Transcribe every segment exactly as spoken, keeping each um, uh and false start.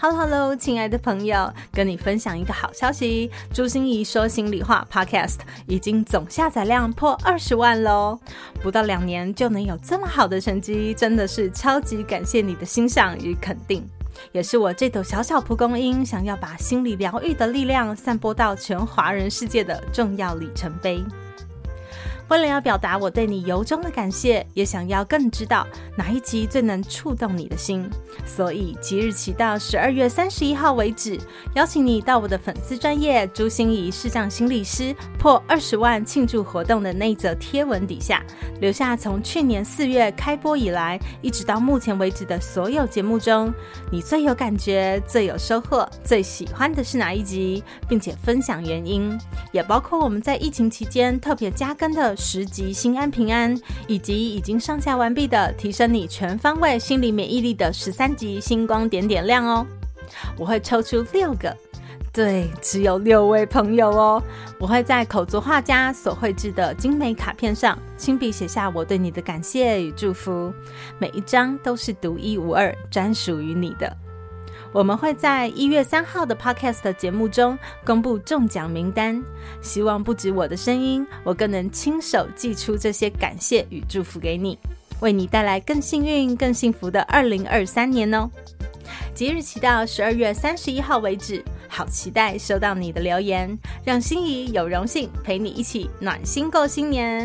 Hello Hello， 亲爱的朋友，跟你分享一个好消息，朱芯仪说心里话 Podcast 已经总下载量破二十万咯，不到两年就能有这么好的成绩，真的是超级感谢你的欣赏与肯定，也是我这朵小小蒲公英想要把心理疗愈的力量散播到全华人世界的重要里程碑。为了要表达我对你由衷的感谢，也想要更知道哪一集最能触动你的心，所以即日起到十二月三十一号为止，邀请你到我的粉丝专页朱芯仪视障心理师破二十万庆祝活动的那一则贴文底下，留下从去年四月开播以来一直到目前为止的所有节目中，你最有感觉、最有收获、最喜欢的是哪一集，并且分享原因，也包括我们在疫情期间特别加更的十集心安平安，以及已经上架完毕的提升你全方位心理免疫力的十三集星光点点亮哦。我会抽出六个，对，只有六位朋友哦。我会在口足画家所绘制的精美卡片上亲笔写下我对你的感谢与祝福，每一张都是独一无二，专属于你的。我们会在一月三号的 Podcast 节目中公布中奖名单，希望不止我的声音，我更能亲手寄出这些感谢与祝福给你，为你带来更幸运、更幸福的二零二三年哦。即日起到十二月三十一号为止，好期待收到你的留言，让芯仪有荣幸陪你一起暖心过新年。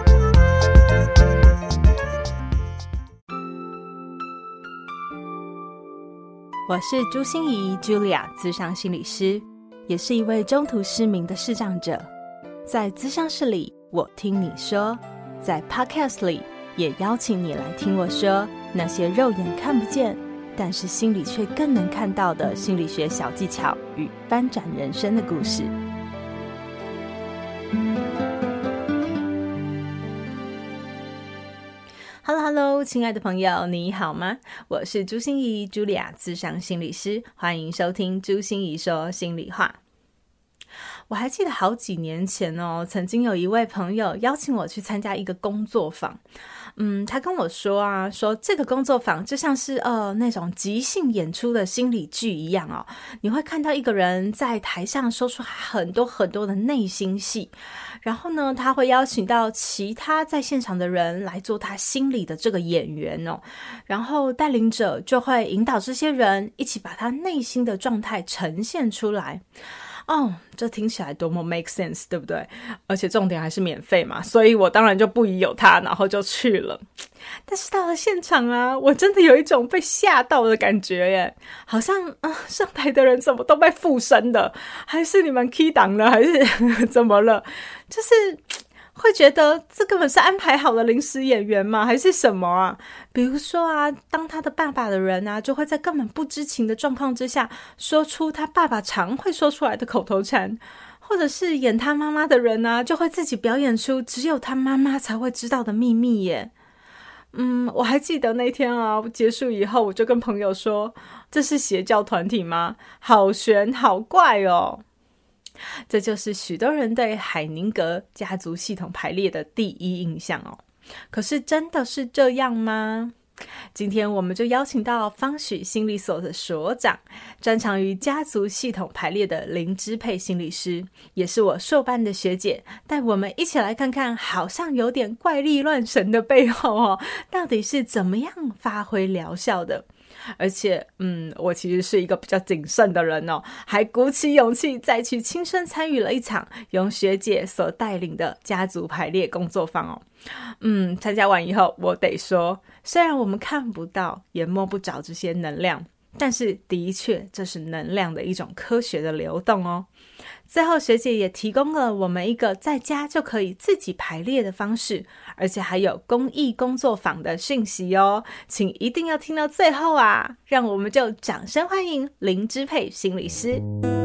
我是朱芯仪 Julia 諮商心理师，也是一位中途失明的视障者。在諮商室里，我听你说，在 Podcast 里也邀请你来听我说那些肉眼看不见，但是心里却更能看到的心理学小技巧与翻转人生的故事。Hello Hello， 亲爱的朋友，你好吗？我是朱芯仪 Julia 諮商心理师，欢迎收听朱芯仪说心里话。我还记得好几年前哦，曾经有一位朋友邀请我去参加一个工作坊。嗯，他跟我说啊，说这个工作坊就像是呃那种即兴演出的心理剧一样哦，你会看到一个人在台上说出很多很多的内心戏，然后呢，他会邀请到其他在现场的人来做他心里的这个演员哦，然后带领者就会引导这些人一起把他内心的状态呈现出来。哦，这听起来多么 make sense， 对不对？而且重点还是免费嘛，所以我当然就不疑有他，然后就去了。但是到了现场啊，我真的有一种被吓到的感觉耶，好像啊、呃，上台的人怎么都被附身的，还是你们 key 档了，还是怎么了？就是会觉得这根本是安排好的临时演员吗？还是什么啊？比如说啊，当他的爸爸的人啊，就会在根本不知情的状况之下说出他爸爸常会说出来的口头禅，或者是演他妈妈的人啊，就会自己表演出只有他妈妈才会知道的秘密耶。嗯，我还记得那天啊，结束以后我就跟朋友说，这是邪教团体吗？好玄好怪哦。这就是许多人对海宁格家族系统排列的第一印象哦。可是真的是这样吗？今天我们就邀请到方许心理所的所长，专长于家族系统排列的林之佩心理师，也是我硕班的学姐，带我们一起来看看好像有点怪力乱神的背后哦，到底是怎么样发挥疗效的。而且嗯，我其实是一个比较谨慎的人哦，还鼓起勇气再去亲身参与了一场由学姐所带领的家族排列工作坊哦。嗯，参加完以后我得说，虽然我们看不到也摸不着这些能量，但是的确这是能量的一种科学的流动哦。最后学姐也提供了我们一个在家就可以自己排列的方式，而且还有公益工作坊的讯息哦，请一定要听到最后啊！让我们就掌声欢迎林之佩心理师。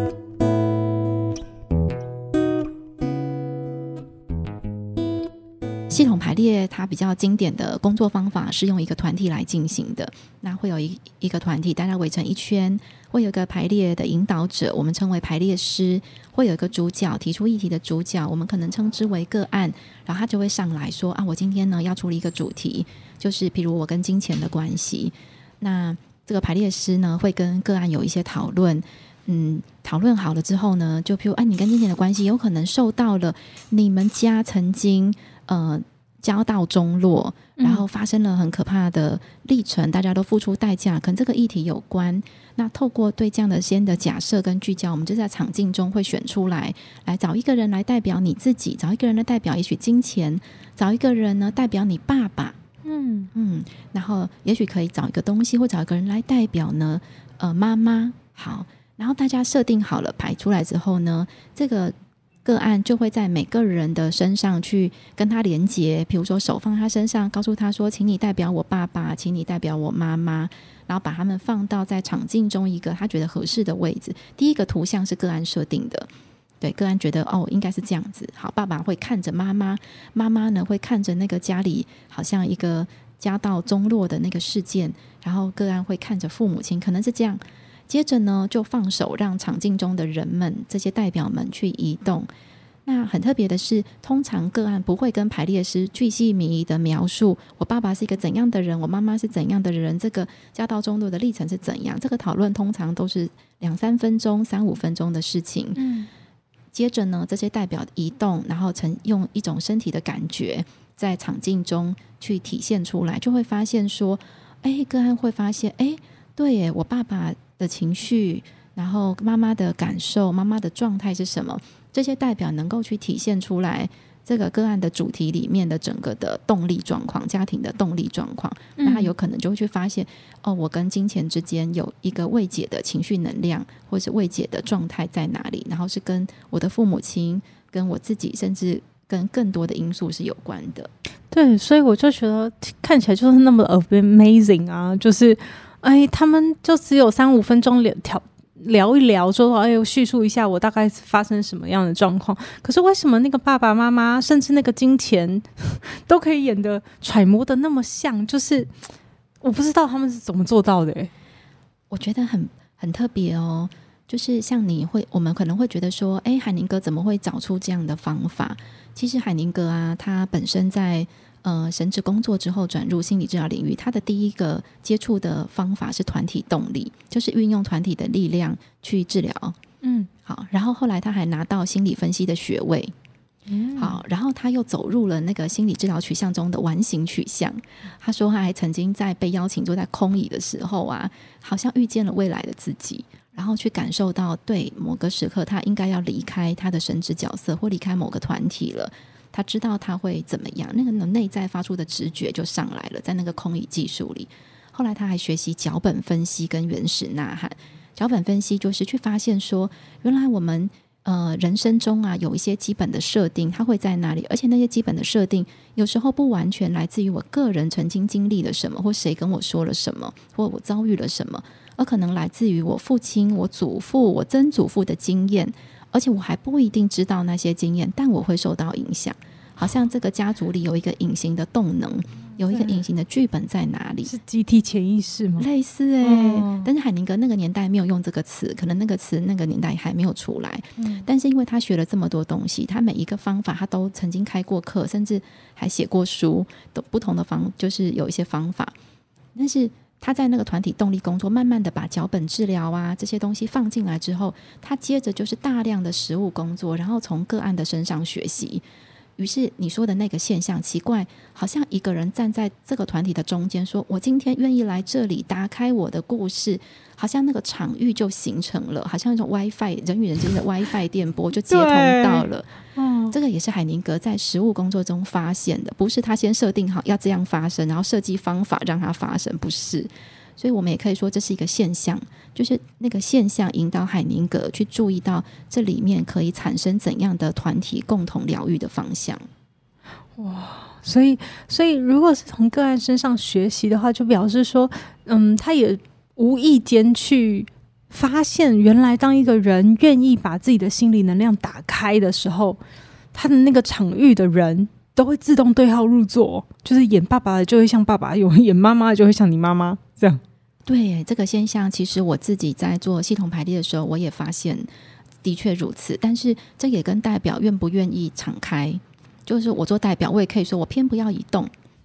系统排列它比较经典的工作方法是用一个团体来进行的，那会有 一, 一个团体大家围成一圈，会有一个排列的引导者，我们称为排列师，会有一个主角，提出议题的主角，我们可能称之为个案，然后他就会上来说啊，我今天呢要处理一个主题，就是比如我跟金钱的关系，那这个排列师呢会跟个案有一些讨论，嗯，讨论好了之后呢，就譬如哎、啊，你跟金钱的关系有可能受到了你们家曾经呃家道中落，然后发生了很可怕的历程，嗯、大家都付出代价，跟这个议题有关。那透过对这样的先的假设跟聚焦，我们就在场境中会选出来，来找一个人来代表你自己，找一个人来代表也许金钱，找一个人呢代表你爸爸。嗯嗯，然后也许可以找一个东西，或找一个人来代表呢，呃，妈妈。好，然后大家设定好了排出来之后呢，这个个案就会在每个人的身上去跟他连结，比如说手放他身上，告诉他说，请你代表我爸爸，请你代表我妈妈，然后把他们放到在场境中一个他觉得合适的位置。第一个图像是个案设定的，对，个案觉得哦应该是这样子。好，爸爸会看着妈妈，妈妈呢会看着那个家里好像一个家道中落的那个事件，然后个案会看着父母亲，可能是这样。接着呢就放手让场境中的人们，这些代表们去移动。那很特别的是，通常个案不会跟排列师巨细靡遗的描述我爸爸是一个怎样的人，我妈妈是怎样的人，这个家道中落的历程是怎样。这个讨论通常都是两三分钟三五分钟的事情。嗯，接着呢这些代表移动，然后曾用一种身体的感觉在场境中去体现出来，就会发现说哎，个案会发现哎，对耶，我爸爸的情绪，然后妈妈的感受，妈妈的状态是什么，这些代表能够去体现出来这个个案的主题里面的整个的动力状况，家庭的动力状况。那他有可能就会去发现、嗯、哦，我跟金钱之间有一个未解的情绪能量，或是未解的状态在哪里，然后是跟我的父母亲，跟我自己，甚至跟更多的因素是有关的。 对，所以我就觉得看起来就是那么 amazing 啊，就是哎，他们就只有三五分钟聊聊一聊，说哎，我叙述一下我大概发生什么样的状况。可是为什么那个爸爸妈妈，甚至那个金钱，都可以演的揣摩的那么像？就是我不知道他们是怎么做到的。 我觉得很很特别哦。就是像你会，我们可能会觉得说，哎，海宁格怎么会找出这样的方法？其实海宁格啊，他本身在呃神职工作之后转入心理治疗领域，他的第一个接触的方法是团体动力，就是运用团体的力量去治疗。嗯，好，然后后来他还拿到心理分析的学位。嗯，好，然后他又走入了那个心理治疗取向中的完形取向。他说他还曾经在被邀请坐在空椅的时候啊，好像遇见了未来的自己，然后去感受到对某个时刻他应该要离开他的神职角色，或离开某个团体了。他知道他会怎么样，那个内在发出的直觉就上来了，在那个空椅技术里。后来他还学习脚本分析跟原始呐喊。脚本分析就是去发现说，原来我们呃人生中啊有一些基本的设定，它会在那里，而且那些基本的设定有时候不完全来自于我个人曾经经历了什么，或谁跟我说了什么，或我遭遇了什么，而可能来自于我父亲、我祖父、我曾祖父的经验，而且我还不一定知道那些经验，但我会受到影响。好像这个家族里有一个隐形的动能，有一个隐形的剧本在哪里？ 是集体潜意识吗？ 类似哎、欸哦，但是海宁格那个年代没有用这个词，可能那个词那个年代还没有出来。嗯，但是因为他学了这么多东西，他每一个方法他都曾经开过课，甚至还写过书，都不同的方就是有一些方法。但是他在那个团体动力工作，慢慢的把脚本治疗啊这些东西放进来之后，他接着就是大量的实务工作，然后从个案的身上学习。于是你说的那个现象奇怪，好像一个人站在这个团体的中间，说我今天愿意来这里打开我的故事，好像那个场域就形成了，好像一种 WiFi 人与人之间的 WiFi 电波就接通到了。嗯，这个也是海宁格在实务工作中发现的，不是他先设定好要这样发生，然后设计方法让它发生，不是。所以我们也可以说这是一个现象，就是那个现象引导海宁格去注意到这里面可以产生怎样的团体共同疗愈的方向。 哇，所以所以如果是从个案身上学习的话，就表示说嗯，他也无意间去发现，原来当一个人愿意把自己的心理能量打开的时候，他的那个场域的人都会自动对号入座，就是演爸爸的就会像爸爸，有演妈妈的就会像你妈妈这样。 对，这个现象其实我自己在做系统排列的时候我也发现的确如此，但是这也跟代表愿不愿意敞开，就是我做代表我也可以说我偏不要移动，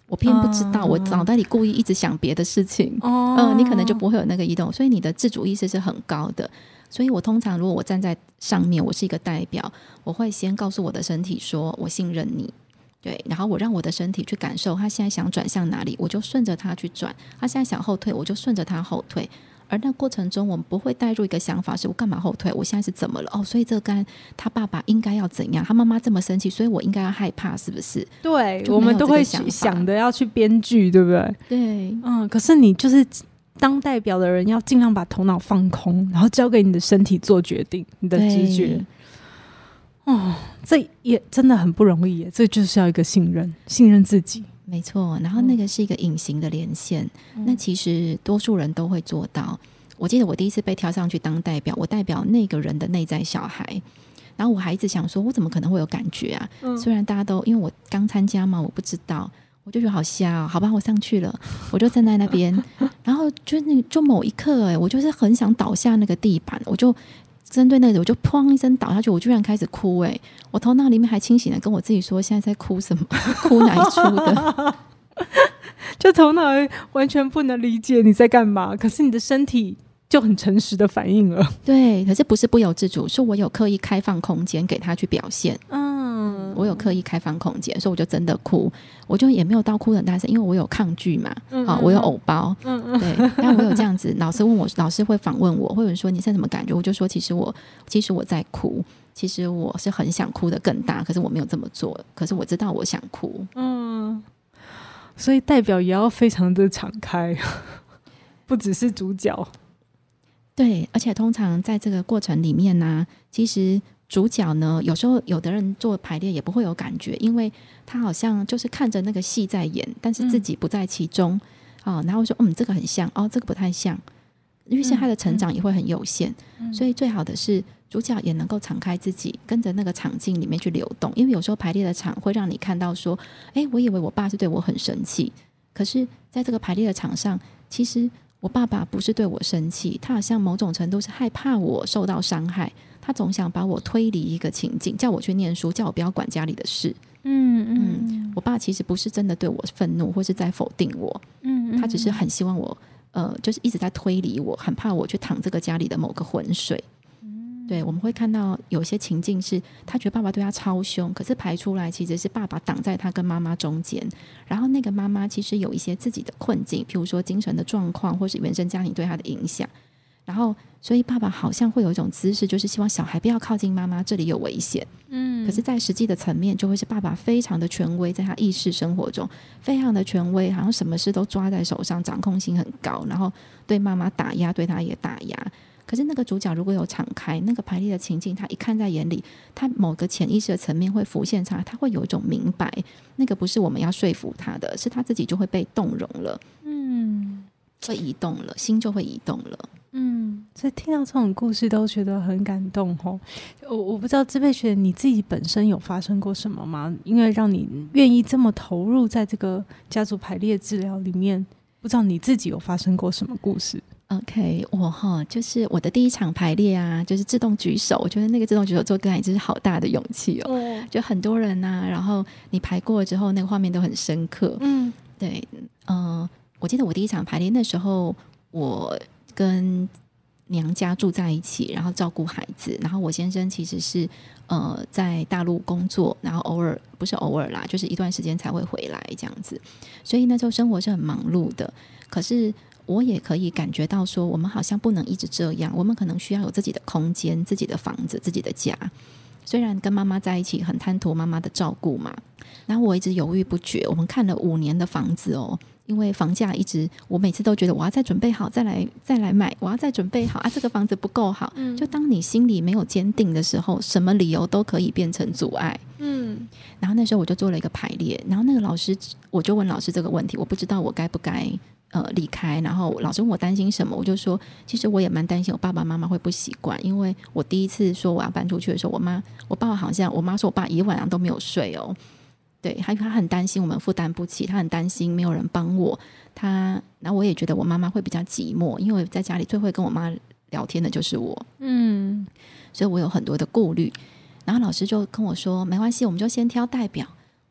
我偏不知道，哦、我脑袋里故意一直想别的事情，哦、呃，你可能就不会有那个移动，所以你的自主意识是很高的。所以我通常如果我站在上面，我是一个代表，我会先告诉我的身体说我信任你，对，然后我让我的身体去感受他现在想转向哪里，我就顺着他去转，他现在想后退，我就顺着他后退。而那过程中我们不会带入一个想法是我干嘛后退，我现在是怎么了，哦，所以这干他爸爸应该要怎样，他妈妈这么生气，所以我应该要害怕，是不是？ 对，我们都会想的要去编剧，对不对？ 对， 嗯，可是你就是当代表的人要尽量把头脑放空，然后交给你的身体做决定，你的直觉。哦，这也真的很不容易耶，这就是要一个信任，信任自己。 没错，然后那个是一个隐形的连线、嗯、那其实多数人都会做到。我记得我第一次被挑上去当代表，我代表那个人的内在小孩，然后我还一直想说我怎么可能会有感觉啊、嗯、虽然大家都因为我刚参加嘛，我不知道，我就觉得好瞎哦，好吧，我上去了，我就站在那边然后就那就某一刻、欸、我就是很想倒下那个地板，我就针对那个我就砰一声倒下去，我居然开始哭。哎、欸，我头脑里面还清醒的跟我自己说现在在哭什么，哭哪一出的就头脑完全不能理解你在干嘛，可是你的身体就很诚实的反应了。 对，可是不是不由自主，是我有刻意开放空间给他去表现。嗯，我有刻意开放空间，所以我就真的哭，我就也没有到哭得很大声，因为我有抗拒嘛。嗯嗯、好，我有偶包。嗯嗯，对，但我有这样子，老师问我，老师会访问我，会有人说你是什么感觉，我就说其实我其实我在哭，其实我是很想哭得更大，可是我没有这么做，可是我知道我想哭。嗯， 所以代表也要非常的敞开，不只是主角。 对，而且通常在这个过程里面呢、啊，其实主角呢，有时候有的人做排列也不会有感觉，因为他好像就是看着那个戏在演，但是自己不在其中、嗯哦、然后说嗯，这个很像哦，这个不太像，因为是他的成长也会很有限、嗯嗯、所以最好的是主角也能够敞开自己，跟着那个场景里面去流动。因为有时候排列的场会让你看到说，哎，我以为我爸是对我很生气，可是在这个排列的场上，其实我爸爸不是对我生气，他好像某种程度是害怕我受到伤害，他总想把我推离一个情境，叫我去念书，叫我不要管家里的事。嗯嗯, 嗯，我爸其实不是真的对我愤怒或是在否定我，嗯, 嗯，他只是很希望我呃，就是一直在推离我，很怕我去淌这个家里的某个浑水。对，我们会看到有些情境是他觉得爸爸对他超凶，可是排出来其实是爸爸挡在他跟妈妈中间，然后那个妈妈其实有一些自己的困境，譬如说精神的状况或是原生家庭对他的影响，然后所以爸爸好像会有一种姿势，就是希望小孩不要靠近妈妈，这里有危险。嗯，可是在实际的层面就会是爸爸非常的权威，在他意识生活中非常的权威，好像什么事都抓在手上，掌控性很高，然后对妈妈打压，对他也打压。可是那个主角如果有敞开，那个排列的情境他一看在眼里，他某个潜意识的层面会浮现出来，他会有一种明白，那个不是我们要说服他的，是他自己就会被动容了。嗯，会移动了，心就会移动了。 嗯，所以听到这种故事都觉得很感动哦。我我不知道支配学你自己本身有发生过什么吗？因为让你愿意这么投入在这个家族排列治疗里面，不知道你自己有发生过什么故事 ？OK， 我哈就是我的第一场排列啊，就是自动举手，我觉得那个自动举手做个案真是好大的勇气哦。哦，就很多人啊，然后你排过了之后，那个画面都很深刻。嗯，对，嗯、呃，我记得我第一场排列那时候，我跟娘家住在一起，然后照顾孩子，然后我先生其实是呃在大陆工作，然后偶尔不是偶尔啦，就是一段时间才会回来这样子，所以那时候生活是很忙碌的，可是我也可以感觉到说我们好像不能一直这样，我们可能需要有自己的空间，自己的房子，自己的家。虽然跟妈妈在一起很贪图妈妈的照顾嘛，然后我一直犹豫不决，我们看了五年的房子哦，因为房价一直，我每次都觉得我要再准备好再来再来买，我要再准备好啊，这个房子不够好、嗯、就当你心里没有坚定的时候，什么理由都可以变成阻碍。嗯，然后那时候我就做了一个排列，然后那个老师我就问老师这个问题，我不知道我该不该呃离开，然后老师问我担心什么，我就说其实我也蛮担心我爸爸妈妈会不习惯，因为我第一次说我要搬出去的时候，我妈我爸爸好像我妈说我爸一晚上都没有睡哦，对，他他很担心我们负担不起，他很担心没有人帮我，他然后我也觉得我妈妈会比较寂寞，因为在家里最会跟我妈聊天的就是我，嗯，所以我有很多的顾虑。然后老师就跟我说没关系，我们就先挑代表，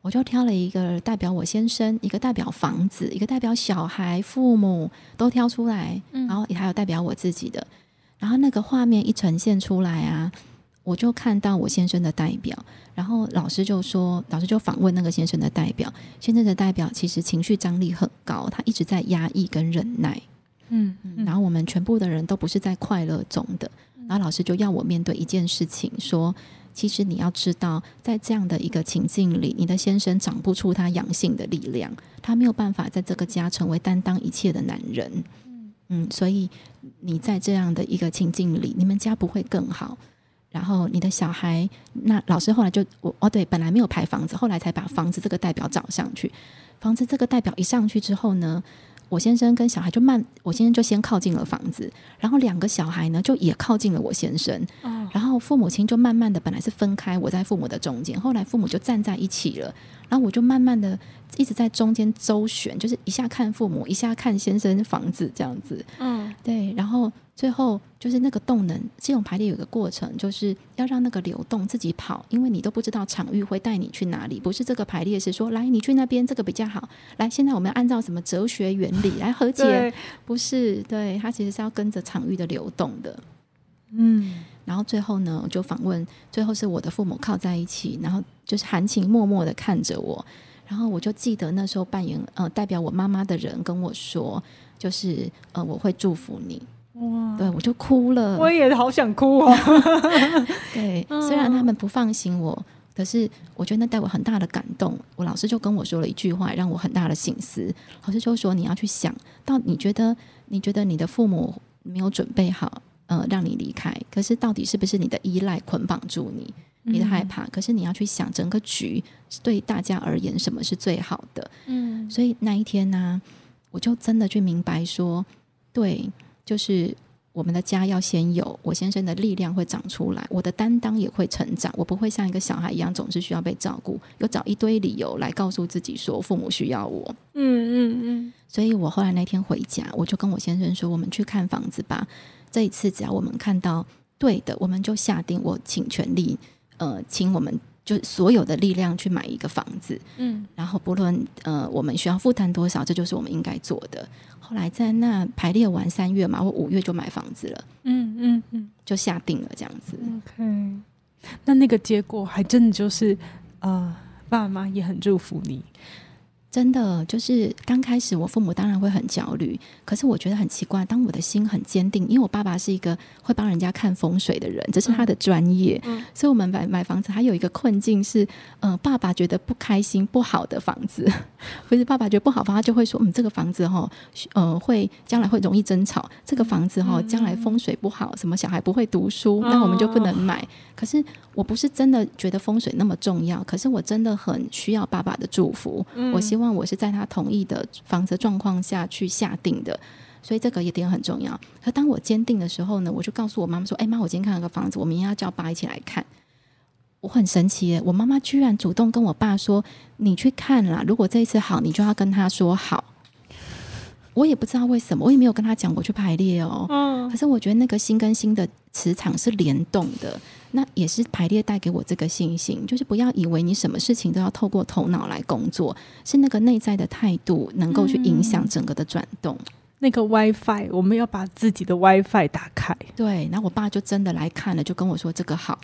我就挑了一个代表我先生，一个代表房子，一个代表小孩父母都挑出来，然后也还有代表我自己的。然后那个画面一呈现出来啊，我就看到我先生的代表，然后老师就说，老师就访问那个先生的代表，先生的代表其实情绪张力很高，他一直在压抑跟忍耐，嗯嗯，然后我们全部的人都不是在快乐中的，然后老师就要我面对一件事情，说其实你要知道，在这样的一个情境里，你的先生长不出他阳性的力量，他没有办法在这个家成为担当一切的男人。嗯，所以你在这样的一个情境里，你们家不会更好。然后你的小孩，那老师后来就我哦对，本来没有排房子，后来才把房子这个代表找上去。房子这个代表一上去之后呢，我先生跟小孩就慢，我先生就先靠近了房子，然后两个小孩呢就也靠近了我先生，哦、然后父母亲就慢慢的本来是分开，我在父母的中间，后来父母就站在一起了，然后我就慢慢的一直在中间周旋，就是一下看父母，一下看先生房子这样子，嗯，对，然后最后就是那个动能系统排列有一个过程，就是要让那个流动自己跑，因为你都不知道场域会带你去哪里，不是这个排列是说来你去那边这个比较好，来现在我们按照什么哲学原理来和解，不是，对，它其实是要跟着场域的流动的。嗯，然后最后呢我就访问，最后是我的父母靠在一起，然后就是含情脉脉的看着我，然后我就记得那时候扮演呃代表我妈妈的人跟我说，就是呃我会祝福你。哇，对，我就哭了， 我也好想哭哦。 对、嗯，虽然他们不放心我，可是我觉得那带我很大的感动。我老师就跟我说了一句话，让我很大的省思。老师就说你要去想到，你觉得你觉得你的父母没有准备好，呃，让你离开，可是到底是不是你的依赖捆绑住你，你的害怕？嗯、可是你要去想整个局对大家而言什么是最好的。嗯，所以那一天呢、啊，我就真的去明白说，对。就是我们的家要先有，我先生的力量会长出来，我的担当也会成长，我不会像一个小孩一样总是需要被照顾，有找一堆理由来告诉自己说父母需要我。嗯嗯嗯。所以我后来那天回家，我就跟我先生说，我们去看房子吧，这一次只要我们看到对的，我们就下定我请全力呃，请我们就所有的力量去买一个房子。嗯，然后不论呃我们需要负担多少，这就是我们应该做的。后来在那排列完三月嘛，我五月就买房子了，嗯嗯嗯，就下定了这样子。 OK， 那那个结果还真的就是呃，爸妈也很祝福你。 真的就是刚开始我父母当然会很焦虑，可是我觉得很奇怪，当我的心很坚定，因为我爸爸是一个会帮人家看风水的人，这是他的专业、嗯嗯、所以我们买买房子还有一个困境是、呃、爸爸觉得不开心不好的房子，不是爸爸觉得不好的房子，他就会说嗯，这个房子、哦呃、会将来会容易争吵，这个房子、哦、将来风水不好，什么小孩不会读书，那我们就不能买、哦、可是我不是真的觉得风水那么重要，可是我真的很需要爸爸的祝福、嗯、我希望我是在他同意的房子状况下去下定的，所以这个一点很重要。可当我坚定的时候呢，我就告诉我妈妈说，哎妈，我今天看了个房子，我明天要叫爸一起来看。我很神奇耶，我妈妈居然主动跟我爸说，你去看啦，如果这一次好你就要跟他说好。我也不知道为什么，我也没有跟他讲我去排列哦、嗯、可是我觉得那个心跟心的磁场是联动的，那也是排列带给我这个信心，就是不要以为你什么事情都要透过头脑来工作，是那个内在的态度能够去影响整个的转动、嗯、 那个 WiFi 我们要把自己的 WiFi 打开。 对，然后我爸就真的来看了，就跟我说这个好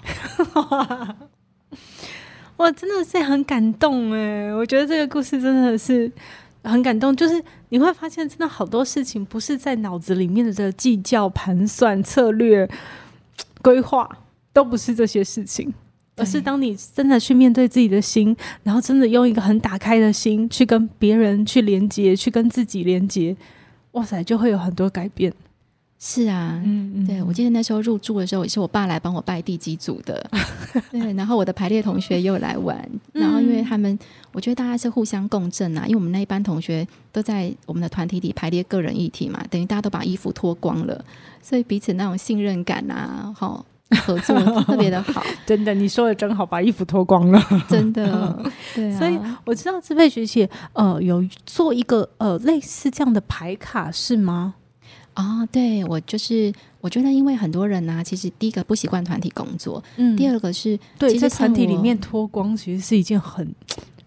哇，真的是很感动耶，我觉得这个故事真的是很感动，就是你会发现真的好多事情不是在脑子里面的计较盘算策略规划，都不是这些事情，而是当你真的去面对自己的心，然后真的用一个很打开的心去跟别人去连接，去跟自己连接，哇塞，就会有很多改变。 是啊，嗯嗯，对，我记得那时候入住的时候也是我爸来帮我拜地基组的对，然后我的排列同学也有来玩然后因为他们我觉得大家是互相共振啊，因为我们那一班同学都在我们的团体里排列个人议题嘛，等于大家都把衣服脱光了，所以彼此那种信任感啊合作特别的好真的，你说的真好，把衣服脱光了真的对啊， 所以我知道支配学姐呃有做一个呃类似这样的牌卡是吗？ 哦，对，我就是我觉得因为很多人啊其实第一个不习惯团体工作、嗯、第二个是对在团体里面脱光其实是一件很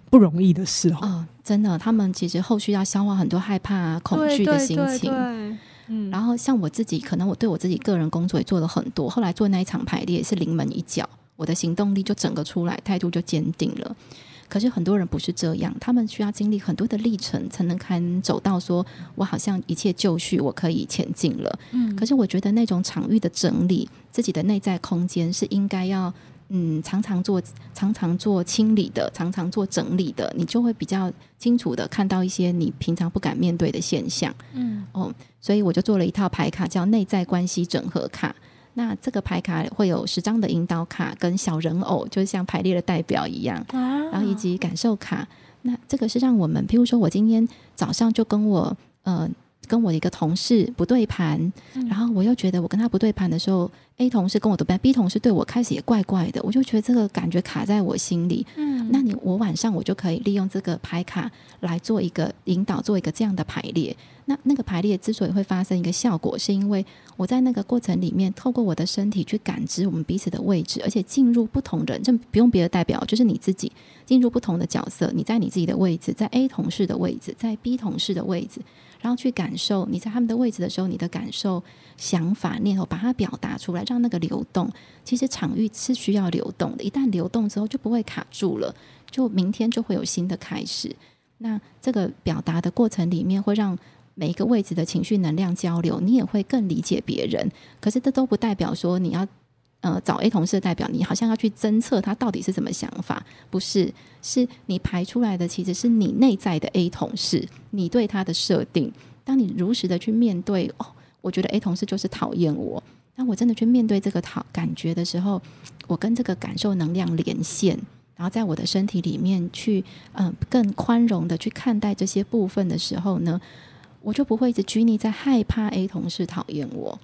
不容易的事哦。 哦，真的，他们其实后续要消化很多害怕、恐惧的心情。 对对对对嗯， 然后像我自己，可能我对我自己个人工作也做了很多，后来做那一场排列是临门一脚，我的行动力就整个出来，态度就坚定了。可是很多人不是这样，他们需要经历很多的历程才能看走到说我好像一切就绪，我可以前进了。嗯，可是我觉得那种场域的整理，自己的内在空间是应该要嗯常常做常常做清理的，常常做整理的，你就会比较清楚的看到一些你平常不敢面对的现象。嗯，哦，所以我就做了一套牌卡叫内在关系整合卡。那这个牌卡会有十张的引导卡跟小人偶，就像排列的代表一样，啊，然后以及感受卡。那这个是让我们，譬如说我今天早上就跟我呃跟我的一个同事不对盘，嗯，然后我又觉得我跟他不对盘的时候 A 同事跟我对盘， B 同事对我开始也怪怪的，我就觉得这个感觉卡在我心里。嗯，那你我晚上我就可以利用这个牌卡来做一个引导，做一个这样的排列。那那个排列之所以会发生一个效果，是因为我在那个过程里面透过我的身体去感知我们彼此的位置，而且进入不同人，就不用别的代表，就是你自己进入不同的角色，你在你自己的位置，在 A 同事的位置，在 B 同事的位置，然后去感受你在他们的位置的时候，你的感受、想法、念头，把它表达出来，让那个流动。其实场域是需要流动的，一旦流动之后就不会卡住了，就明天就会有新的开始。那这个表达的过程里面会让每一个位置的情绪能量交流，你也会更理解别人。可是这都不代表说你要呃找 A 同事的代表，你好像要去侦测他到底是什么想法，不是，是你排出来的其实是你内在的 A 同事，你对他的设定。当你如实的去面对，哦，我觉得 A 同事就是讨厌我，那我真的去面对这个讨感觉的时候，我跟这个感受能量连线，然后在我的身体里面去嗯、呃、更宽容的去看待这些部分的时候呢，我就不会一直拘泥在害怕 A 同事讨厌我。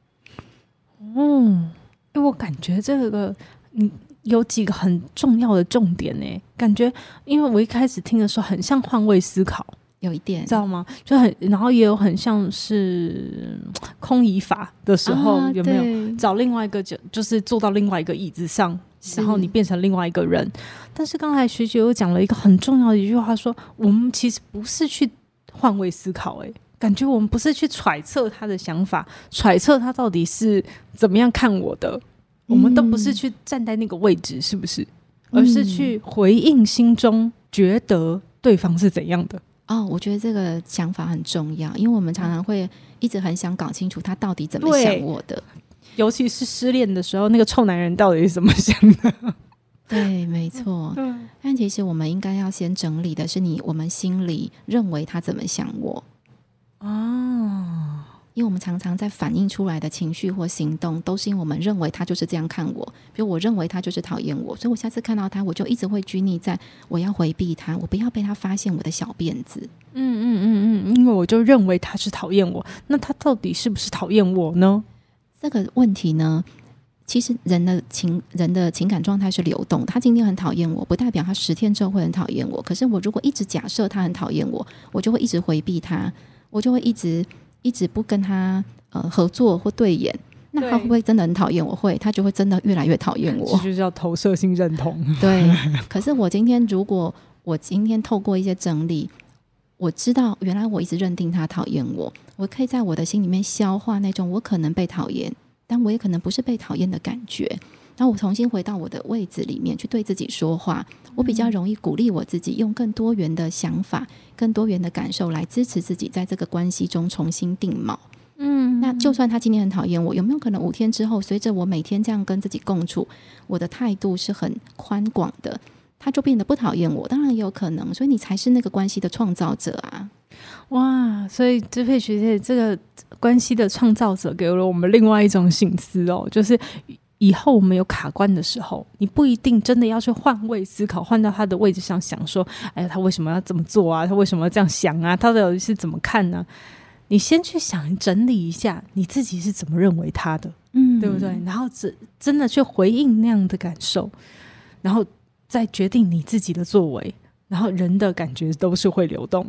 嗯，因为我感觉这个嗯有几个很重要的重点呢，感觉因为我一开始听的时候很像换位思考， 有一点知道吗？就很，然后也有很像是空椅法的时候，啊，有没有找另外一个就就是坐到另外一个椅子上，然后你变成另外一个人。但是刚才学姐又讲了一个很重要的一句话，说我们其实不是去换位思考，欸，感觉我们不是去揣测他的想法，揣测他到底是怎么样看我的，我们都不是去站在那个位置，是不是？而是去回应心中觉得对方是怎样的。 哦，我觉得这个想法很重要，因为我们常常会一直很想搞清楚他到底怎么想我的， 尤其是失恋的时候，那个臭男人到底是怎么想的。 对，没错。嗯，但其实我们应该要先整理的是你我们心里认为他怎么想我。哦，因为我们常常在反映出来的情绪或行动都是因为我们认为他就是这样看我，比如我认为他就是讨厌我，所以我下次看到他我就一直会拘泥在我要回避他，我不要被他发现我的小辫子。 嗯嗯嗯嗯，因为我就认为他是讨厌我，那他到底是不是讨厌我呢？ 这个问题呢，其实人的情人的情感状态是流动，他今天很讨厌我不代表他十天之后会很讨厌我，可是我如果一直假设他很讨厌我，我就会一直回避他，我就会一直一直不跟他呃合作或对眼，那他会不会真的很讨厌我？会，他就会真的越来越讨厌我。 这就叫投射性认同。 对，可是我今天如果我今天透过一些整理，我知道原来我一直认定他讨厌我，我可以在我的心里面消化那种我可能被讨厌，但我也可能不是被讨厌的感觉，然后我重新回到我的位置里面去对自己说话，我比较容易鼓励我自己，用更多元的想法更多元的感受来支持自己在这个关系中重新定锚。嗯，那就算他今天很讨厌我，有没有可能五天之后随着我每天这样跟自己共处，我的态度是很宽广的，他就变得不讨厌我？当然也有可能，所以你才是那个关系的创造者啊。 哇，所以支配学姐这个关系的创造者给了我们另外一种省思哦，就是以后我们有卡关的时候，你不一定真的要去换位思考，换到他的位置上想说，哎呀，他为什么要这么做啊？他为什么要这样想啊？他到底是怎么看呢？你先去想整理一下你自己是怎么认为他的，嗯，对不对？然后真的去回应那样的感受，然后再决定你自己的作为，然后人的感觉都是会流动的。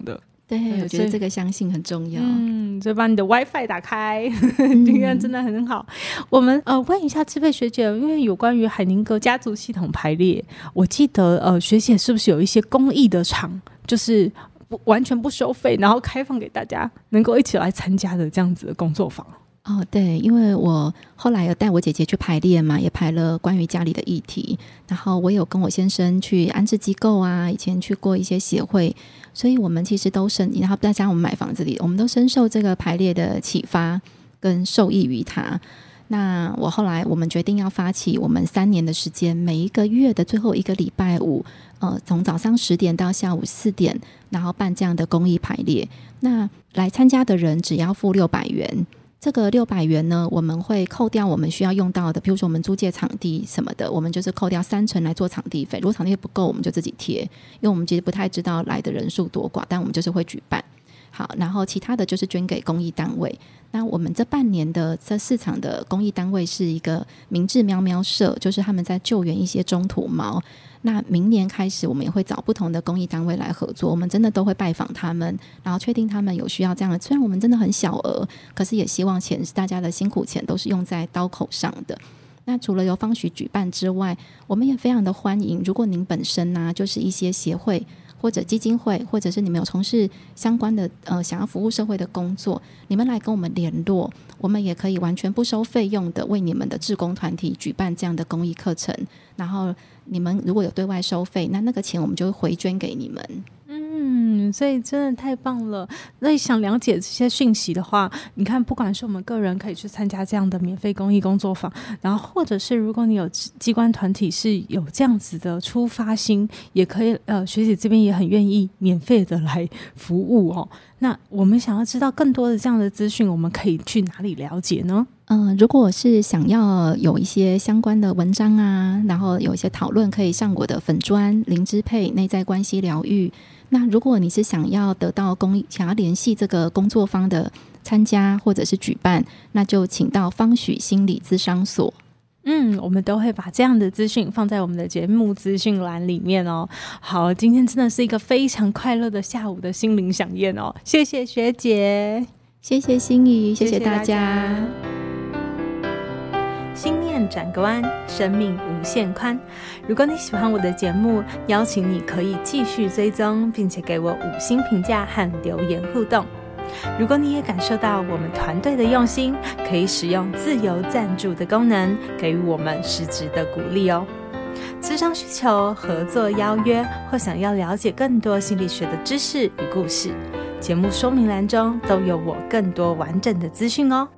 对，我觉得这个相信很重要。 嗯，所以把你的 WiFi 打开，今天真的很好。我们呃问一下智佩学姐，因为有关于海宁格家族系统排列，我记得呃学姐是不是有一些公益的场，就是不完全不收费，然后开放给大家能够一起来参加的这样子的工作坊？ 哦，对，因为我后来有带我姐姐去排练嘛，也排了关于家里的议题，然后我有跟我先生去安置机构啊，以前去过一些协会，所以我们其实都深，然后再加上我们买房子里，我们都深受这个排列的启发跟受益于它。那我后来我们决定要发起我们三年的时间，每一个月的最后一个礼拜五，呃，从早上十点到下午四点，然后办这样的公益排列。那来参加的人只要付六百元。这个六百元呢，我们会扣掉我们需要用到的，比如说我们租借场地什么的，我们就是扣掉三成来做场地费。如果场地费不够，我们就自己贴，因为我们其实不太知道来的人数多寡，但我们就是会举办。好，然后其他的就是捐给公益单位。那我们这半年的这四场的公益单位是一个明智喵喵社，就是他们在救援一些中途猫。那明年开始我们也会找不同的公益单位来合作，我们真的都会拜访他们，然后确定他们有需要这样的，虽然我们真的很小额，可是也希望钱是大家的辛苦钱都是用在刀口上的。那除了由方许举办之外，我们也非常的欢迎，如果您本身啊就是一些协会或者基金会，或者是你们有从事相关的呃想要服务社会的工作，你们来跟我们联络，我们也可以完全不收费用的为你们的志工团体举办这样的公益课程，然后你们如果有对外收费，那那个钱我们就会回捐给你们。 嗯，所以真的太棒了。那想了解这些讯息的话，你看不管是我们个人可以去参加这样的免费公益工作坊，然后或者是如果你有机关团体是有这样子的出发心，也可以呃学姐这边也很愿意免费的来服务哦。那我们想要知道更多的这样的资讯，我们可以去哪里了解呢？ 嗯、呃，如果是想要有一些相关的文章啊，然后有一些讨论，可以上我的粉专林支配内在关系疗愈。那如果你是想要得到公益，想要联系这个工作坊的参加或者是举办，那就请到方许心理咨商所。 嗯，我们都会把这样的资讯放在我们的节目资讯栏里面哦。好，今天真的是一个非常快乐的下午的心灵飨宴哦，谢谢学姐， 谢谢心怡，谢谢大家。 谢谢大家。心念转个弯，生命无限宽。如果你喜欢我的节目，邀请你可以继续追踪，并且给我五星评价和留言互动。如果你也感受到我们团队的用心，可以使用自由赞助的功能，给予我们实质的鼓励哦。咨商需求、合作邀约，或想要了解更多心理学的知识与故事，节目说明栏中都有我更多完整的资讯哦。